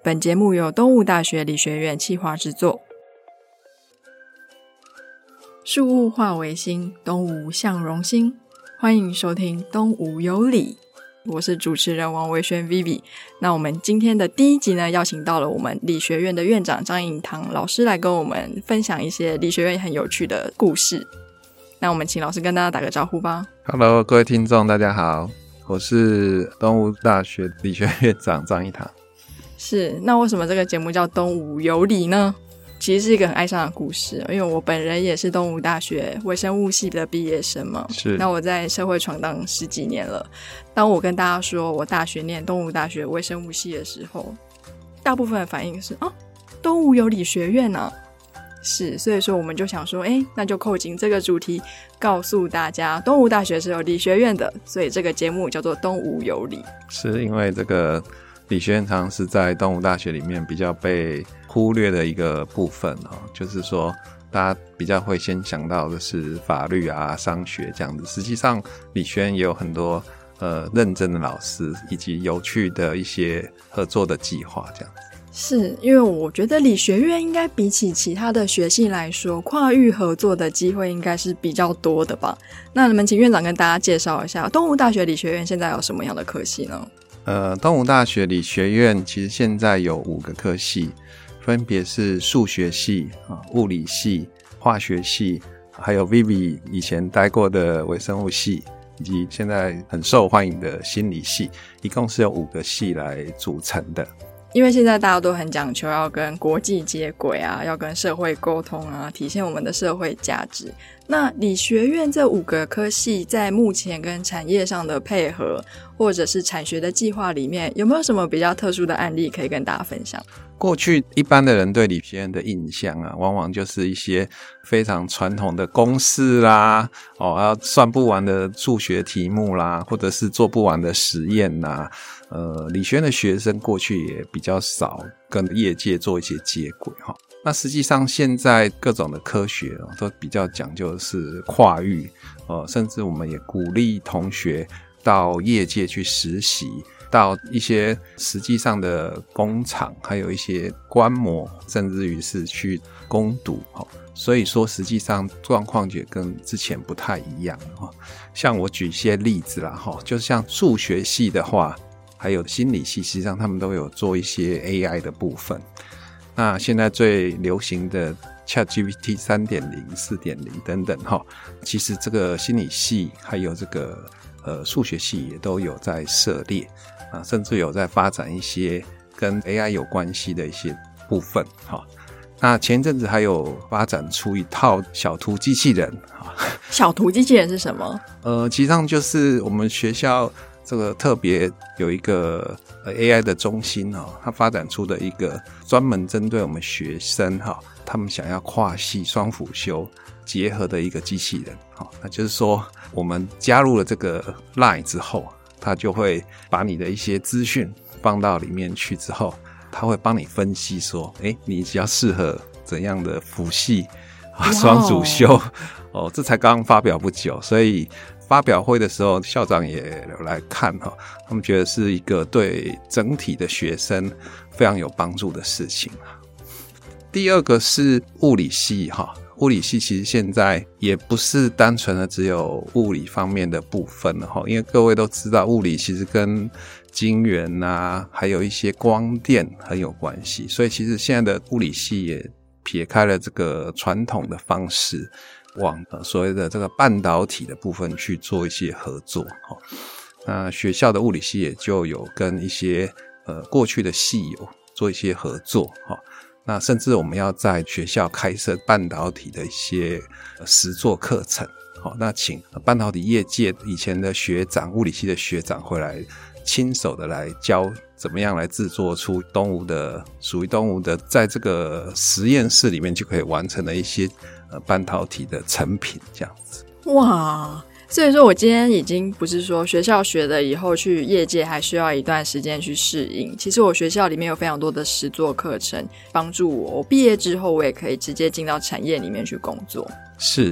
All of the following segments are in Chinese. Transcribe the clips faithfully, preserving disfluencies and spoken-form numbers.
本节目由东吴大学理学院企划制作。事物化为心，东吴向荣心。欢迎收听东吴有理，我是主持人王维轩 Vivi。 那我们今天的第一集呢，邀请到了我们理学院的院长张颖堂老师来跟我们分享一些理学院很有趣的故事。那我们请老师跟大家打个招呼吧。 Hello， 各位听众大家好，我是东吴大学理学院长张颖堂。 是，那为什么这个节目叫东吴有理呢？其实是一个很哀伤的故事，因为我本人也是东吴大学微生物系的毕业生嘛。 是， 那我在社会闯荡十几年了。当我跟大家说我大学念东吴大学微生物系的时候，大部分的反应是啊，东吴有理学院啊。是，所以说我们就想说，哎，那就扣紧这个主题，告诉大家东吴大学是有理学院的，所以这个节目叫做东吴有理。 是因为这个理学院常是在东吴大学里面比较被忽略的一个部分哦，就是说大家比较会先想到的是法律啊、商学这样子，实际上理学院也有很多呃认真的老师以及有趣的一些合作的计划这样子。 是，因为我觉得理学院应该比起其他的学系来说，跨域合作的机会应该是比较多的吧。那你们请院长跟大家介绍一下东吴大学理学院现在有什么样的科系呢？ 呃，东吴大学理学院其实现在有五个科系，分别是数学系、物理系、化学系，还有 Vivi 以前待过的微生物系，以及现在很受欢迎的心理系，一共是由五个系来组成的。 因为现在大家都很讲求要跟国际接轨啊，要跟社会沟通啊，体现我们的社会价值。那理学院这五个科系在目前跟产业上的配合，或者是产学的计划里面，有没有什么比较特殊的案例可以跟大家分享？ 过去一般的人对理学院的印象啊，往往就是一些非常传统的公式啦，哦，要算不完的数学题目啦，或者是做不完的实验啦。呃，理学院的学生过去也比较少跟业界做一些接轨哈。那实际上现在各种的科学、哦、都比较讲究的是跨域，呃，甚至我们也鼓励同学到业界去实习，到一些实际上的工厂，还有一些观摩，甚至于是去攻读、哦、所以说实际上状况也跟之前不太一样、哦、像我举一些例子啦、哦、就像数学系的话，还有心理系，实际上他们都有做一些 A I 的部分。那现在最流行的 ChatGPT 三点零、四点零 等等、哦、其实这个心理系还有这个呃数学系也都有在涉猎啊，甚至有在发展一些跟 A I 有关系的一些部分、哦、那前一阵子还有发展出一套小图机器人、哦、 小图机器人是什么？呃， 其实上就是我们学校这个特别有一个 A I 的中心、哦、它发展出的一个专门针对我们学生、哦、他们想要跨系双辅修结合的一个机器人、哦、那就是说我们加入了这个 Line 之后，它就会把你的一些资讯放到里面去之后，它会帮你分析说，诶，你比较适合怎样的辅系双主修、哦、这才刚发表不久，所以发表会的时候校长也有来看、哦、他们觉得是一个对整体的学生非常有帮助的事情。第二个是物理系、哦、物理系其实现在也不是单纯的只有物理方面的部分了、哦、因为各位都知道物理其实跟晶圆啊还有一些光电很有关系，所以其实现在的物理系也撇开了这个传统的方式，往所谓的这个半导体的部分去做一些合作。那学校的物理系也就有跟一些呃过去的系友做一些合作。那甚至我们要在学校开设半导体的一些实作课程。那请半导体业界以前的学长，物理系的学长回来亲手的来教怎么样来制作出东吴的属于东吴的在这个实验室里面就可以完成的一些呃半导体的成品这样子。 哇，所以说我今天已经不是说学校学的以后去业界还需要一段时间去适应，其实我学校里面有非常多的实作课程帮助我，我毕业之后我也可以直接进到产业里面去工作。 是，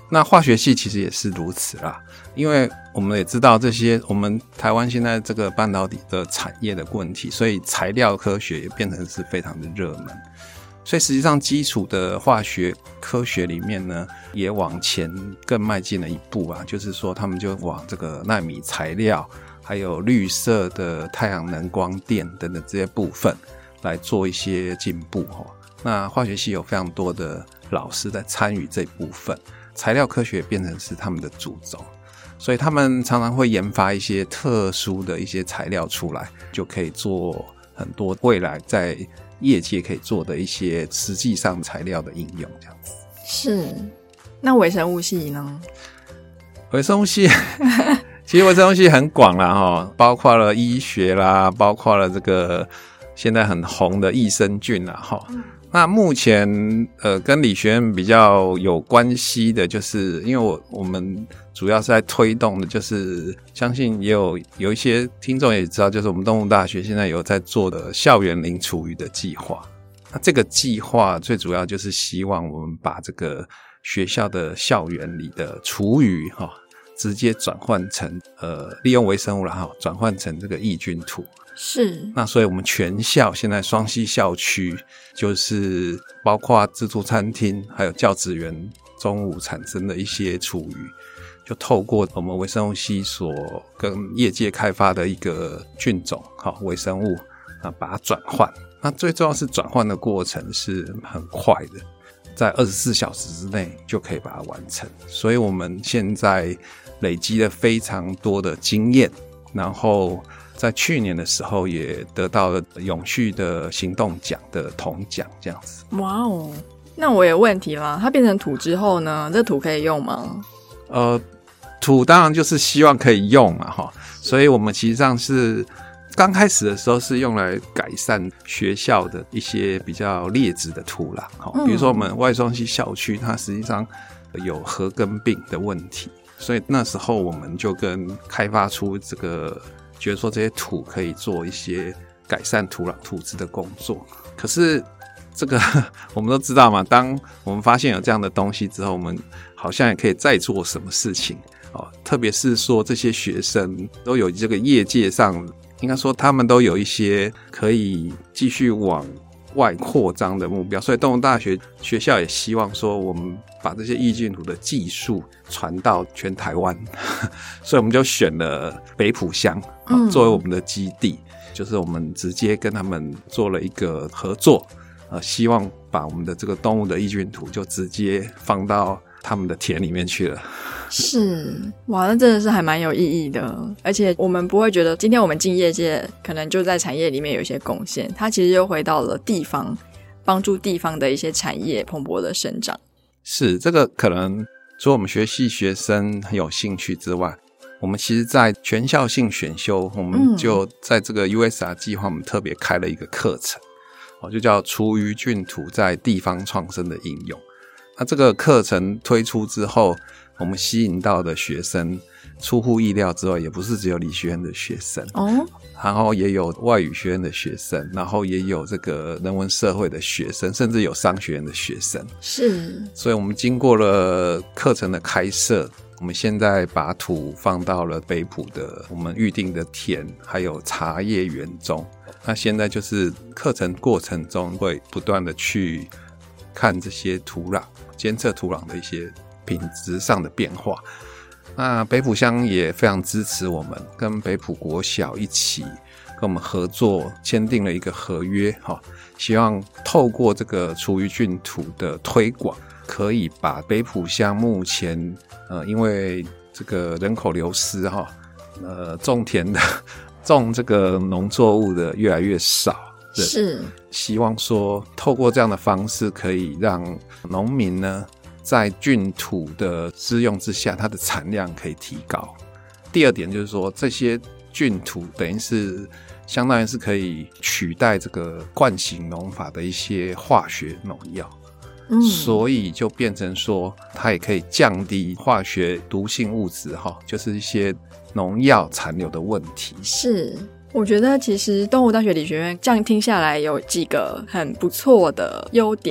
那化学系其实也是如此啦，因为我们也知道这些我们台湾现在这个半导体的产业的问题，所以材料科学也变成是非常的热门。所以实际上基础的化学科学里面呢，也往前更迈进了一步啊，就是说他们就往这个奈米材料还有绿色的太阳能光电等等这些部分来做一些进步。那化学系有非常多的老师在参与这部分，材料科学变成是他们的主轴，所以他们常常会研发一些特殊的一些材料出来，就可以做很多未来在业界可以做的一些实际上材料的应用这样子。 是，那微生物系呢？ 微生物系其实微生物系很广啦齁，包括了医学啦，包括了这个现在很红的益生菌啦齁。那目前呃跟理学院比较有关系的，就是因为我我们主要是在推动的，就是相信也有有一些听众也知道，就是我们东吴大学现在有在做的校园零厨余的计划。那这个计划最主要就是希望我们把这个学校的校园里的厨余齁直接转换成呃利用微生物啦齁转换成这个抑菌土。 是， 那所以我们全校现在双溪校区就是包括自助餐厅还有教职员中午产生的一些厨余，就透过我们微生物系所跟业界开发的一个菌种好微生物啊，把它转换。那最重要是转换的过程是很快的，在二十四小时之内就可以把它完成。所以我们现在累积了非常多的经验，然后在去年的时候也得到了永续的行动奖的铜奖这样子。 哇哦，那我有问题啦，它变成土之后呢，这土可以用吗？ 呃，土当然就是希望可以用嘛齁，所以我们其实上是刚开始的时候是用来改善学校的一些比较劣质的土壤齁，比如说我们外双溪校区它实际上有禾根病的问题，所以那时候我们就跟开发出这个觉得说这些土可以做一些改善土壤土质的工作。可是这个我们都知道嘛，当我们发现有这样的东西之后，我们好像也可以再做什么事情哦。特别是说这些学生都有这个业界上，应该说他们都有一些可以继续往外扩张的目标，所以东吴大学学校也希望说我们把这些抑菌土的技术传到全台湾所以我们就选了北埔乡、嗯、作为我们的基地，就是我们直接跟他们做了一个合作，呃，希望把我们的这个动物的抑菌土就直接放到他们的田里面去了。 是，哇，那真的是还蛮有意义的，而且我们不会觉得今天我们进业界可能就在产业里面有一些贡献，它其实又回到了地方，帮助地方的一些产业蓬勃的生长。 是，这个可能除了我们学系学生很有兴趣之外，我们其实在全校性选修，我们就在这个 U S R 计划我们特别开了一个课程，就叫厨余菌土在地方创生的应用。那这个课程推出之后，我们吸引到的学生出乎意料之外，也不是只有理学院的学生哦，然后也有外语学院的学生，然后也有这个人文社会的学生，甚至有商学院的学生。是，所以我们经过了课程的开设，我们现在把土放到了北埔的我们预定的田还有茶叶园中。那现在就是课程过程中会不断的去看这些土壤，监测土壤的一些品质上的变化。那北埔乡也非常支持我们，跟北埔国小一起跟我们合作，签订了一个合约，希望透过这个厨余菌土的推广，可以把北埔乡目前呃因为这个人口流失哈，呃种田的种这个农作物的越来越少，是希望说透过这样的方式，可以让农民呢在菌土的施用之下，它的产量可以提高。第二点就是说，这些菌土等于是相当于是可以取代这个惯性农法的一些化学农药，嗯，所以就变成说它也可以降低化学毒性物质，就是一些农药残留的问题。是， 我觉得其实东吴大学理学院这样听下来有几个很不错的优点。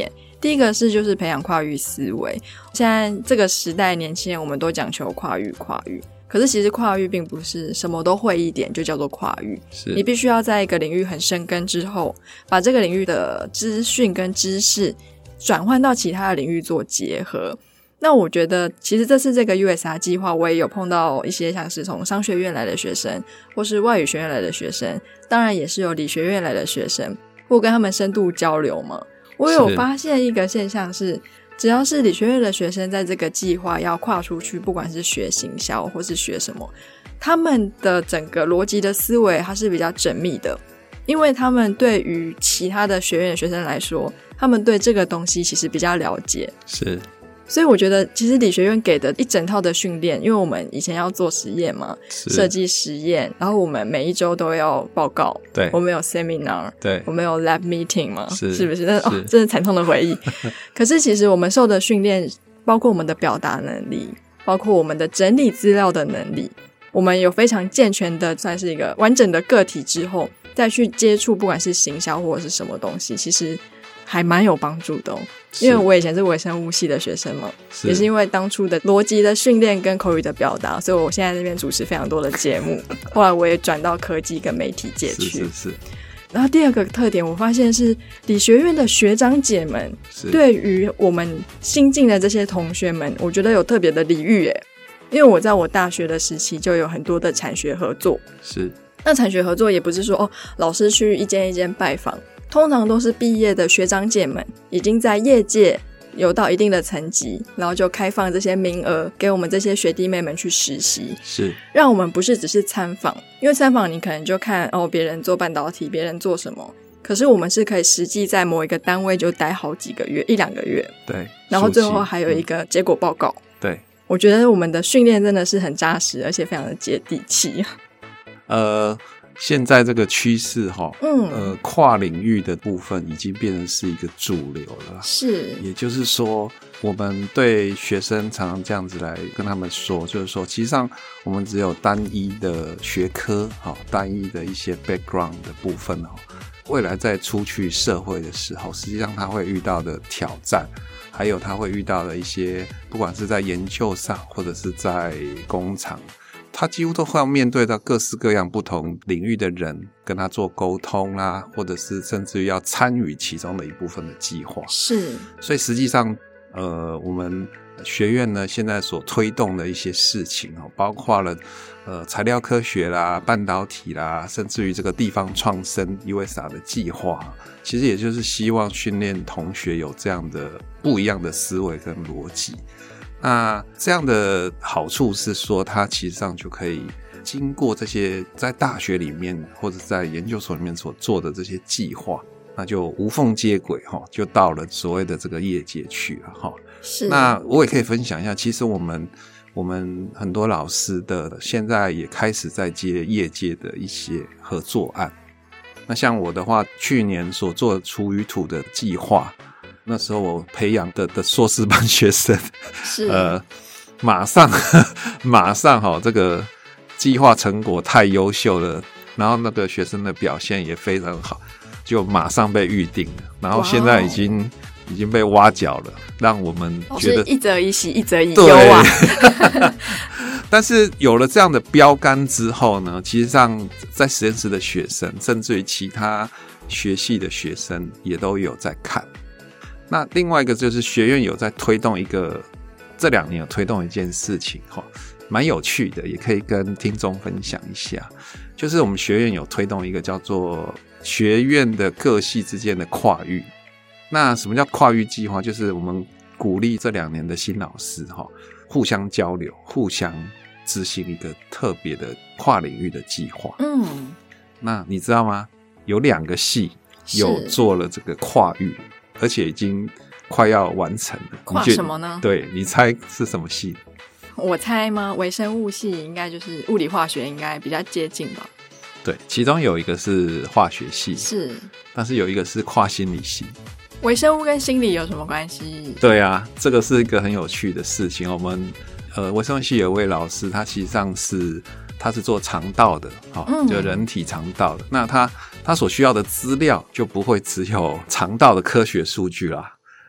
第一个是就是培养跨域思维，现在这个时代年轻人我们都讲求跨域跨域，可是其实跨域并不是什么都会一点就叫做跨域，你必须要在一个领域很深耕之后，把这个领域的资讯跟知识转换到其他的领域做结合。那我觉得其实这次这个 U S R 计划我也有碰到一些像是从商学院来的学生或是外语学院来的学生，当然也是有理学院来的学生，我跟他们深度交流嘛，我有发现一个现象是，只要是理学院的学生在这个计划要跨出去，不管是学行销或是学什么，他们的整个逻辑的思维它是比较缜密的，因为他们对于其他的学院的学生来说，他们对这个东西其实比较了解， 是， 所以我觉得其实理学院给的一整套的训练，因为我们以前要做实验嘛，设计实验，然后我们每一周都要报告， 对， 我们有 seminar， 对， 我们有 lab meeting 嘛， 是, 是不是？哦，这是惨痛的回忆。可是其实我们受的训练，包括我们的表达能力，包括我们的整理资料的能力，我们有非常健全的算是一个完整的个体之后，再去接触不管是行销或者是什么东西，其实还蛮有帮助的哦。因为我以前是微生物系的学生嘛，是也是因为当初的逻辑的训练跟口语的表达，所以我现在在那边主持非常多的节目。后来我也转到科技跟媒体界去。 是是是。 然后第二个特点，我发现是理学院的学长姐们对于我们新进的这些同学们，我觉得有特别的礼遇耶。因为我在我大学的时期就有很多的产学合作， 是。 那产学合作也不是说哦，老师去一间一间拜访，通常都是毕业的学长姐们已经在业界有到一定的层级，然后就开放这些名额给我们这些学弟妹们去实习， 是让我们不是只是参访，因为参访你可能就看哦别人做半导体，别人做什么，可是我们是可以实际在某一个单位就待好几个月，一两个月， 对， 然后最后还有一个结果报告， 嗯、对， 我觉得我们的训练真的是很扎实，而且非常的接地气。 呃，现在这个趋势哈， 嗯， 呃，跨领域的部分已经变成是一个主流了。 是， 也就是说，我们对学生常常这样子来跟他们说，就是说，其实上我们只有单一的学科，哈，单一的一些 background 的部分哦，未来在出去社会的时候，实际上他会遇到的挑战，还有他会遇到的一些，不管是在研究上，或者是在工厂。他几乎都会要面对到各式各样不同领域的人，跟他做沟通啦、啊，或者是甚至于要参与其中的一部分的计划。 是， 所以实际上，呃，我们学院呢现在所推动的一些事情哦，包括了呃材料科学啦、半导体啦，甚至于这个地方创生 U S R 的计划，其实也就是希望训练同学有这样的不一样的思维跟逻辑。那这样的好处是说，它其实上就可以经过这些在大学里面或者在研究所里面所做的这些计划，那就无缝接轨齁，就到了所谓的这个业界去了齁。 是。 那我也可以分享一下，其实我们我们很多老师的现在也开始在接业界的一些合作案。那像我的话，去年所做的厨余土的计划。那时候我培养的的硕士班学生， 是呃，马上马上哈、哦，这个计划成果太优秀了，然后那个学生的表现也非常好，就马上被预定了，然后现在已经、wow. 已经被挖角了，让我们觉得、哦、 一则以喜，一则以忧啊。 但是有了这样的标杆之后呢，其实上在实验室的学生，甚至于其他学系的学生也都有在看。那另外一个就是学院有在推动一个，这两年有推动一件事情齁，蛮有趣的，也可以跟听众分享一下。就是我们学院有推动一个叫做学院的各系之间的跨域。那什么叫跨域计划？就是我们鼓励这两年的新老师齁，互相交流，互相执行一个特别的跨领域的计划。 嗯， 那你知道吗？有两个系有做了这个跨域。而且已经快要完成了。 跨什么呢？ 对，你猜是什么系？ 我猜吗？微生物系应该就是物理化学，应该比较接近吧。 对，其中有一个是化学系， 是， 但是有一个是跨心理系。 微生物跟心理有什么关系？ 对啊，这个是一个很有趣的事情。我们呃，微生物系有位老师，他其实上是他是做肠道的，哦嗯、就人体肠道的。那他他所需要的资料就不会只有肠道的科学数据啦，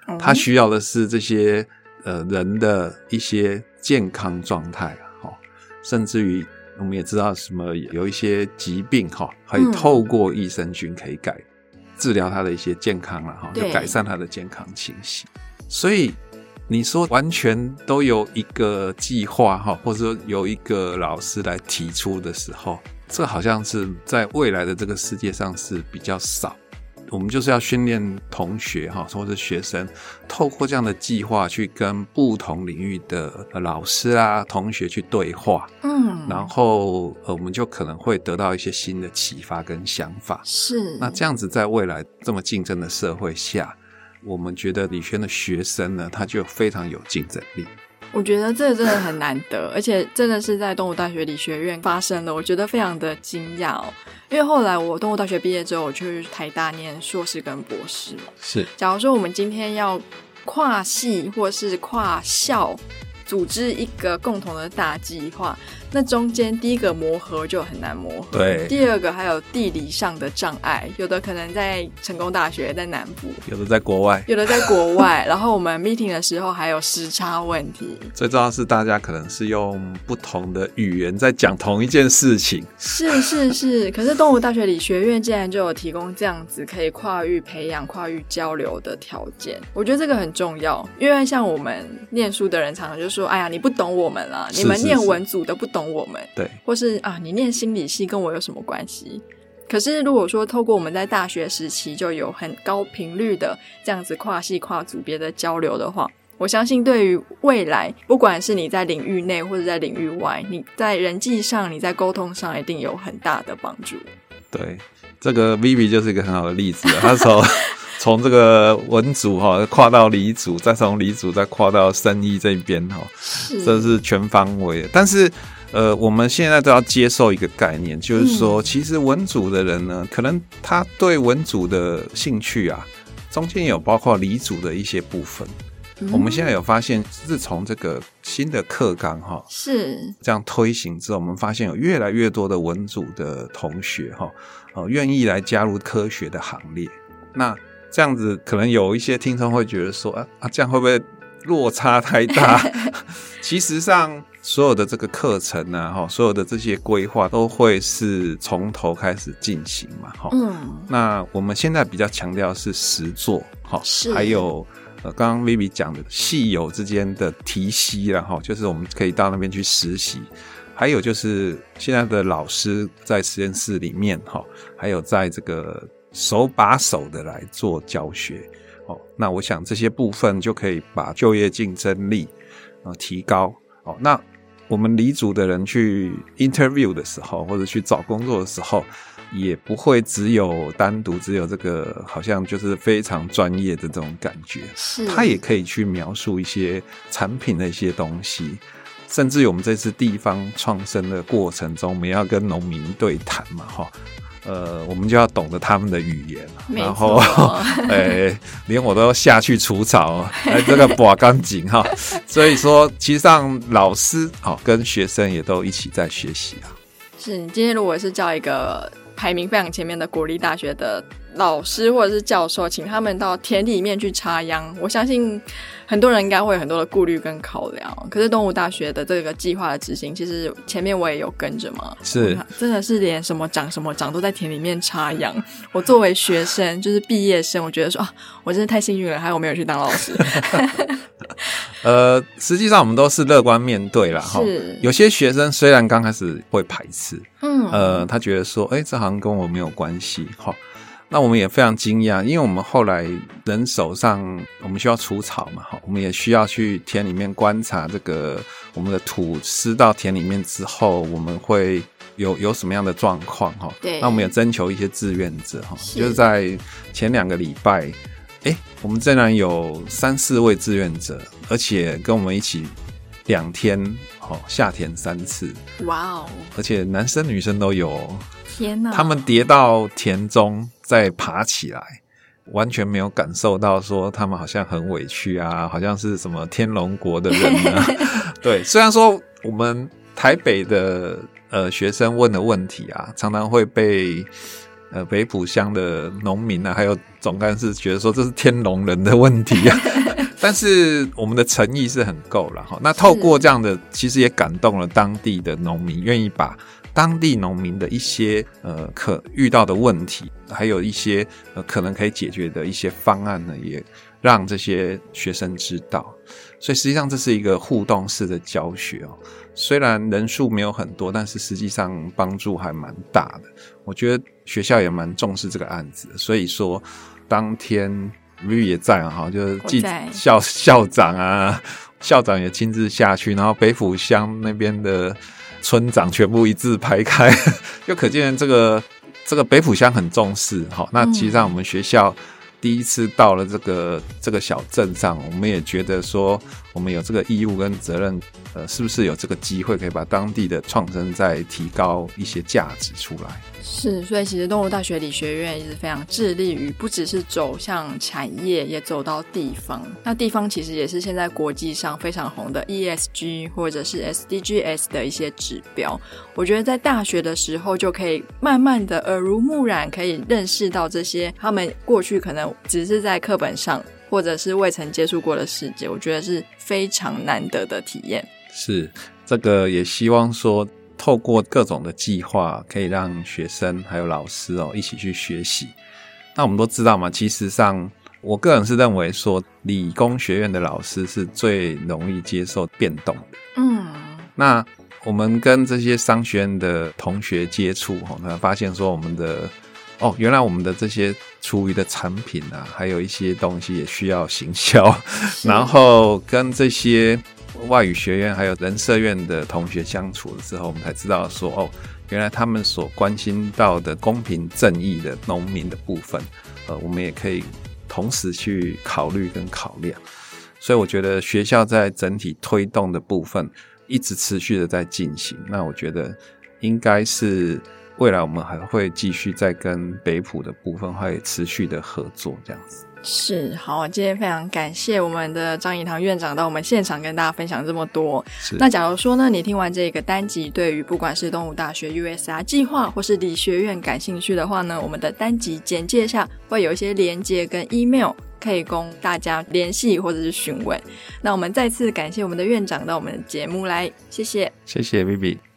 嗯、 他需要的是这些呃人的一些健康状态、哦、甚至于我们也知道什么有一些疾病、哦、可以透过益生菌可以改、嗯、治疗他的一些健康啦、哦、就改善他的健康情形。所以你说完全都有一个计划、哦、或者说有一个老师来提出的时候，这好像是在未来的这个世界上是比较少。我们就是要训练同学或者学生透过这样的计划去跟不同领域的老师啊同学去对话，嗯，然后我们就可能会得到一些新的启发跟想法。 是， 那这样子在未来这么竞争的社会下，我们觉得理轩的学生呢，他就非常有竞争力。 我觉得这真的很难得，而且真的是在东吴大学理学院发生了，我觉得非常的惊讶哦。因为后来我东吴大学毕业之后，我去台大念硕士跟博士嘛。 是， 假如说我们今天要跨系或是跨校组织一个共同的大计划，那中间第一个磨合就很难磨合， 对， 第二个还有地理上的障碍，有的可能在成功大学在南部， 有的在国外， 有的在国外然后我们 meeting 的时候还有时差问题， 最重要是大家可能是用不同的语言在讲同一件事情。 是是是，可是东吴大学理学院竟然就有提供这样子可以跨域培养跨域交流的条件，我觉得这个很重要。因为像我们念书的人常常就说，哎呀你不懂我们啦，你们念文组的不懂我们， 对， 或是啊你念心理系跟我有什么关系。可是如果说透过我们在大学时期就有很高频率的这样子跨系跨组别的交流的话，我相信对于未来不管是你在领域内或者在领域外，你在人际上你在沟通上一定有很大的帮助。 对，这个 Vivi 就是一个很好的例子了，他从从这个文组跨到理组，再从理组再跨到生医这边，这是全方位的。但是呃，我们现在都要接受一个概念，就是说、嗯、其实文组的人呢，可能他对文组的兴趣啊，中间有包括理组的一些部分、嗯、我们现在有发现自从这个新的课纲哈是这样推行之后，我们发现有越来越多的文组的同学哈呃愿意来加入科学的行列。那这样子可能有一些听众会觉得说啊啊这样会不会落差太大其实上所有的这个课程啊，所有的这些规划都会是从头开始进行嘛。嗯，那我们现在比较强调是实作，还有呃刚刚 Vivi 讲的系友之间的提携啦，就是我们可以到那边去实习，还有就是现在的老师在实验室里面，还有在这个手把手的来做教学。那我想这些部分就可以把就业竞争力提高。那我们理组的人去 interview 的时候，或者去找工作的时候，也不会只有单独只有这个好像就是非常专业的这种感觉，他也可以去描述一些产品的一些东西，甚至于我们这次地方创生的过程中，我们要跟农民对谈嘛，呃，我们就要懂得他们的语言，然后，欸，连我都要下去除草，哎，这个拔干净哈。所以说，其实上老师哦跟学生也都一起在学习啊。 是你今天如果是叫一个排名非常前面的国立大学的老师或者是教授，请他们到田里面去插秧，我相信很多人应该会有很多的顾虑跟考量。可是东吴大学的这个计划的执行，其实前面我也有跟着嘛， 是真的是连什么长什么长都在田里面插秧。我作为学生就是毕业生，我觉得说啊，我真的太幸运了，还有我没有去当老师呃，实际上我们都是乐观面对啦，是有些学生虽然刚开始会排斥，嗯，呃，他觉得说哎，这好像跟我没有关系，那我们也非常惊讶，因为我们后来人手上我们需要除草嘛，我们也需要去田里面观察这个我们的土施到田里面之后，我们会有有什么样的状况。对，那我们也征求一些志愿者，是就是在前两个礼拜，诶我们竟然有三四位志愿者，而且跟我们一起两天下田三次。 哇哦！ 而且男生女生都有。 天哪！ 他们跌到田中再爬起来，完全没有感受到说他们好像很委屈啊，好像是什么天龙国的人啊。对，虽然说我们台北的呃学生问的问题啊，常常会被呃北埔乡的农民啊，还有总干事觉得说这是天龙人的问题啊。但是我们的诚意是很够了哈。那透过这样的，其实也感动了当地的农民，愿意把当地农民的一些呃可遇到的问题，还有一些呃可能可以解决的一些方案呢，也让这些学生知道。所以实际上这是一个互动式的教学哦。虽然人数没有很多，但是实际上帮助还蛮大的。我觉得学校也蛮重视这个案子的，所以说当天Vivi 也在啊，就是记校校长啊，校长也亲自下去，然后北埔乡那边的村长全部一字排开，就可见这个这个北埔乡很重视。好，那其实上我们学校第一次到了这个这个小镇上，我们也觉得说我们有这个义务跟责任，呃，是不是有这个机会可以把当地的创生再提高一些价值出来？ 是，所以其实东吴大学理学院一直非常致力于不只是走向产业，也走到地方。那地方其实也是现在国际上非常红的 E S G 或者是 S D Gs 的一些指标。我觉得在大学的时候就可以慢慢的耳濡目染，可以认识到这些他们过去可能只是在课本上或者是未曾接触过的世界，我觉得是非常难得的体验。 是，这个也希望说透过各种的计划，可以让学生还有老师哦一起去学习。那我们都知道嘛，其实上我个人是认为说，理工学院的老师是最容易接受变动的。嗯，那我们跟这些商学院的同学接触哦，才发现说我们的哦，原来我们的这些厨余的产品啊，还有一些东西也需要行销，然后跟这些外语学院还有人社院的同学相处的时候，我们才知道说哦，原来他们所关心到的公平正义的农民的部分，呃，我们也可以同时去考虑跟考量。所以我觉得学校在整体推动的部分一直持续的在进行，那我觉得应该是未来我们还会继续再跟北埔的部分会持续的合作这样子。 是，好，今天非常感谢我们的张以堂院长到我们现场跟大家分享这么多。那假如说呢，你听完这个单集对于不管是东吴大学 U S R 计划或是理学院感兴趣的话呢，我们的单集简介下会有一些连结跟 email 可以供大家联系或者是询问。那我们再次感谢我们的院长到我们的节目来，谢谢， 谢谢 Vivi。